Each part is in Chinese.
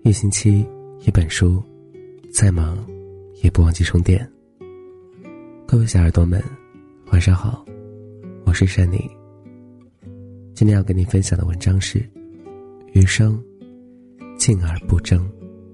一星期一本书，再忙也不忘记充电。各位小耳朵们，晚上好，我是珊妮。今天要跟你分享的文章是余生静而不争。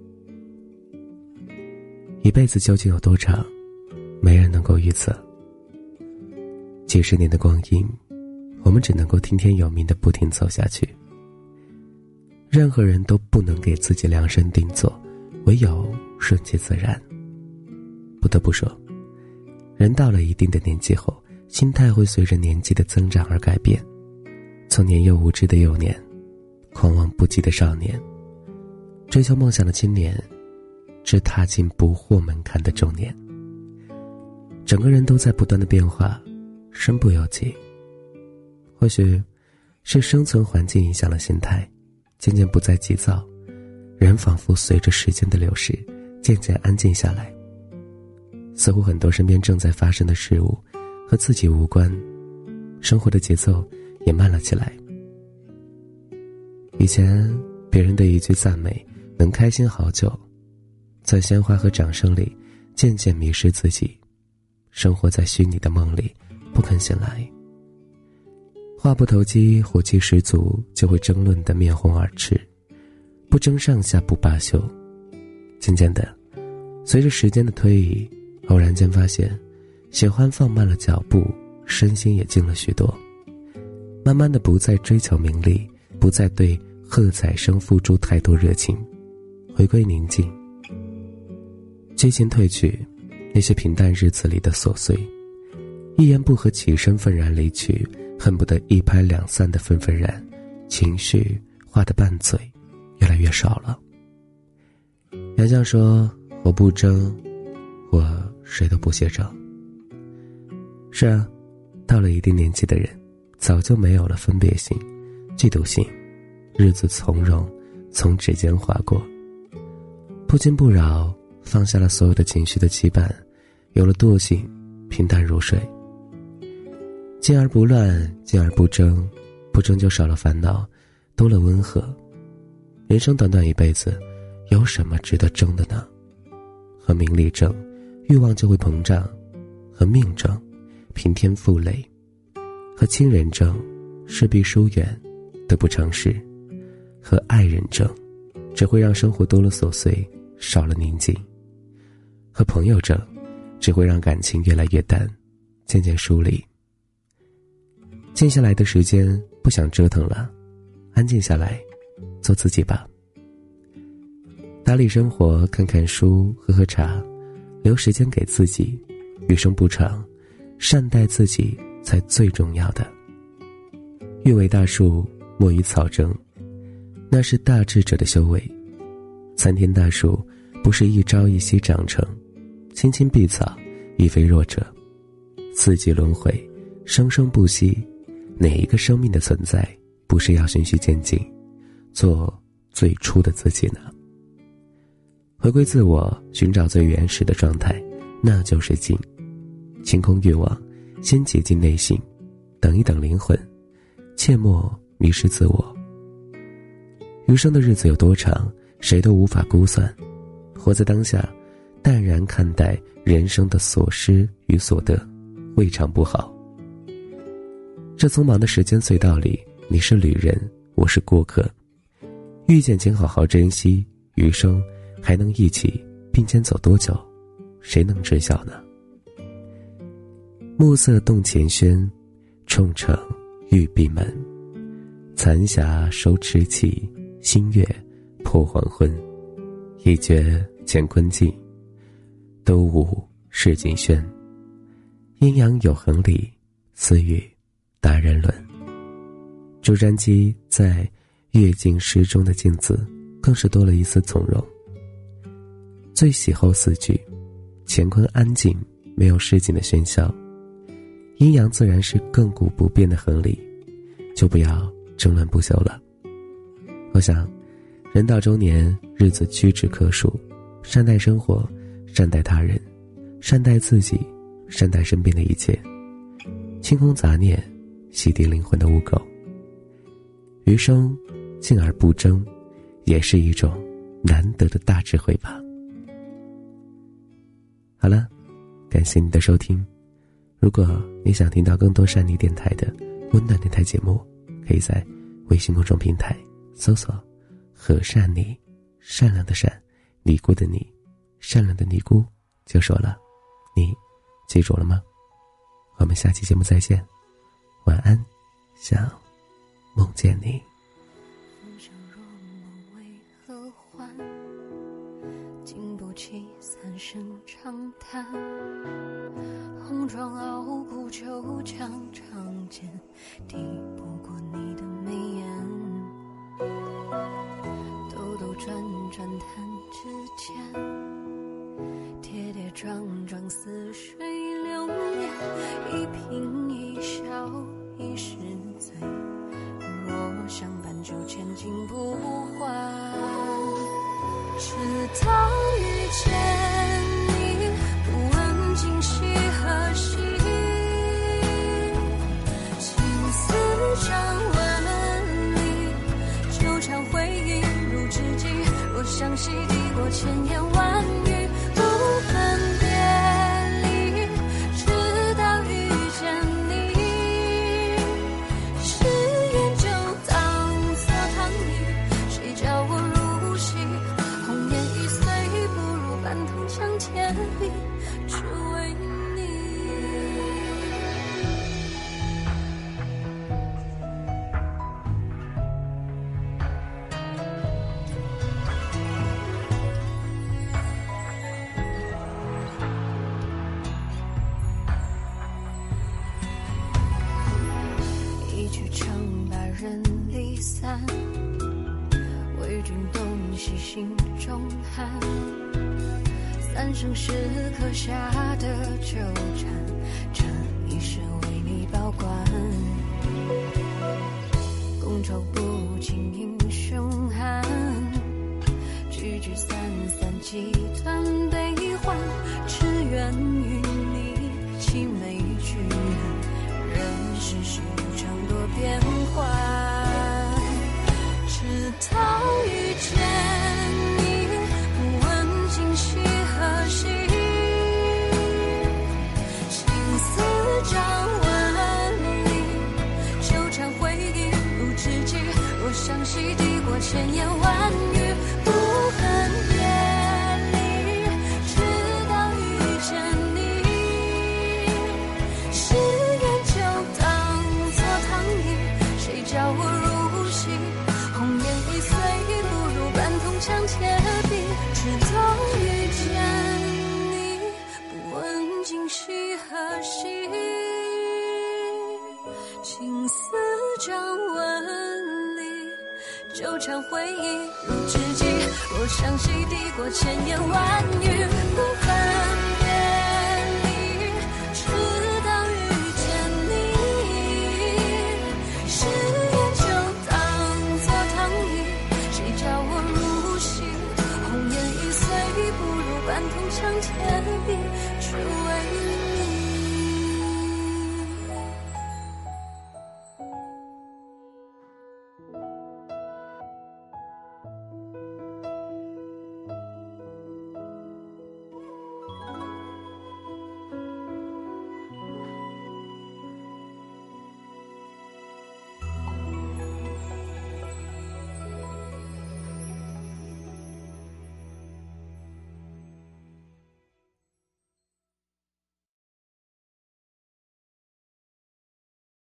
一辈子究竟有多长，没人能够预测。几十年的光阴，我们只能够听天由命的不停走下去。任何人都不能给自己量身定做，唯有顺其自然。不得不说，人到了一定的年纪后，心态会随着年纪的增长而改变。从年幼无知的幼年，狂妄不羁的少年，追求梦想的青年，至踏进不惑门槛的中年，整个人都在不断的变化，身不由己。或许是生存环境影响了心态，渐渐不再急躁，人仿佛随着时间的流逝渐渐安静下来。似乎很多身边正在发生的事物和自己无关，生活的节奏也慢了起来。以前别人的一句赞美能开心好久，在鲜花和掌声里渐渐迷失自己，生活在虚拟的梦里不肯醒来。话不投机，火气十足，就会争论得面红耳赤，不争上下不罢休。渐渐的，随着时间的推移，偶然间发现喜欢放慢了脚步，身心也静了许多。慢慢的不再追求名利，不再对喝彩声付出太多热情，回归宁静。激情褪去，那些平淡日子里的琐碎，一言不合起身愤然离去，恨不得一拍两散的纷纷然，情绪化得拌嘴越来越少了。杨绛说，我不争，我谁都不屑争。是啊，到了一定年纪的人，早就没有了分别心、嫉妒心，日子从容从指尖划过，不惊不扰，放下了所有的情绪的羁绊，有了惰性，平淡如水。静而不乱，静而不争，不争就少了烦恼，多了温和。人生短短一辈子，有什么值得争的呢？和名利争，欲望就会膨胀；和命争，平添负累；和亲人争，势必疏远，得不偿失；和爱人争，只会让生活多了琐碎，少了宁静；和朋友争，只会让感情越来越淡，渐渐疏离。静下来的时间，不想折腾了，安静下来，做自己吧。打理生活，看看书，喝喝茶，留时间给自己。余生不长，善待自己才最重要的。欲为大树，莫与草争，那是大智者的修为。参天大树不是一朝一夕长成，青青碧草亦非弱者。四季轮回，生生不息，哪一个生命的存在不是要循序渐进，做最初的自己呢？回归自我，寻找最原始的状态，那就是静。清空欲望，先洁净内心，等一等灵魂，切莫迷失自我。余生的日子有多长，谁都无法估算。活在当下，淡然看待人生的所失与所得，未尝不好。这匆忙的时间隧道里，你是旅人，我是过客。遇见请好好珍惜，余生还能一起并肩走多久，谁能知晓呢？暮色动前轩，冲城欲闭门。残霞收迟气，新月破黄昏。一觉乾坤尽，都无世锦轩。阴阳有恒理，私语达人伦。朱瞻基在阅尽诗中的静字，更是多了一丝从容。最喜后四句，乾坤安静，没有市井的喧嚣。阴阳自然是亘古不变的恒理，就不要争论不休了。我想，人到中年，日子屈指可数，善待生活，善待他人，善待自己，善待身边的一切，清空杂念，洗涤灵魂的污垢。余生静而不争，也是一种难得的大智慧吧。好了，感谢你的收听。如果你想听到更多善妮电台的温暖电台节目，可以在微信公众平台搜索和善妮，善良的善，尼姑的尼，善良的尼姑就说了。你记住了吗？我们下期节目再见，晚安，想梦见你。 浮生若梦为何还，经不起三声长叹。红妆傲骨就将长剑，抵不过你的眉眼。兜兜转转弹指间，跌跌撞撞似水流年。一颦一笑一时醉，若相伴就千金不换。直到遇见你，不问今夕何夕，情丝张纹里，纠缠回忆如知己。若相惜抵过千言万语，不分别离，直到遇见你。誓言就当作糖衣，谁叫我入戏？红颜易碎，不如半藤相贴笔，只为你。一曲唱罢人离散，为君洞悉心中寒。三生石刻下的纠缠，这一世为你保管。觥筹不尽英雄汉，聚聚散散几段悲欢。只愿与你齐眉聚合，任世事无常多变幻。直到遇见你，不问今夕何夕，情丝张纹里，纠缠回忆如知己。若相惜抵过千言万语，不分别离，直到遇见你。誓言就当作糖衣，谁叫我入戏？红颜易碎，不如半铜墙铁壁。直到遇见你，不问今夕何夕，情丝张纹里，纠缠回忆如知己。若相惜抵过千言万语，不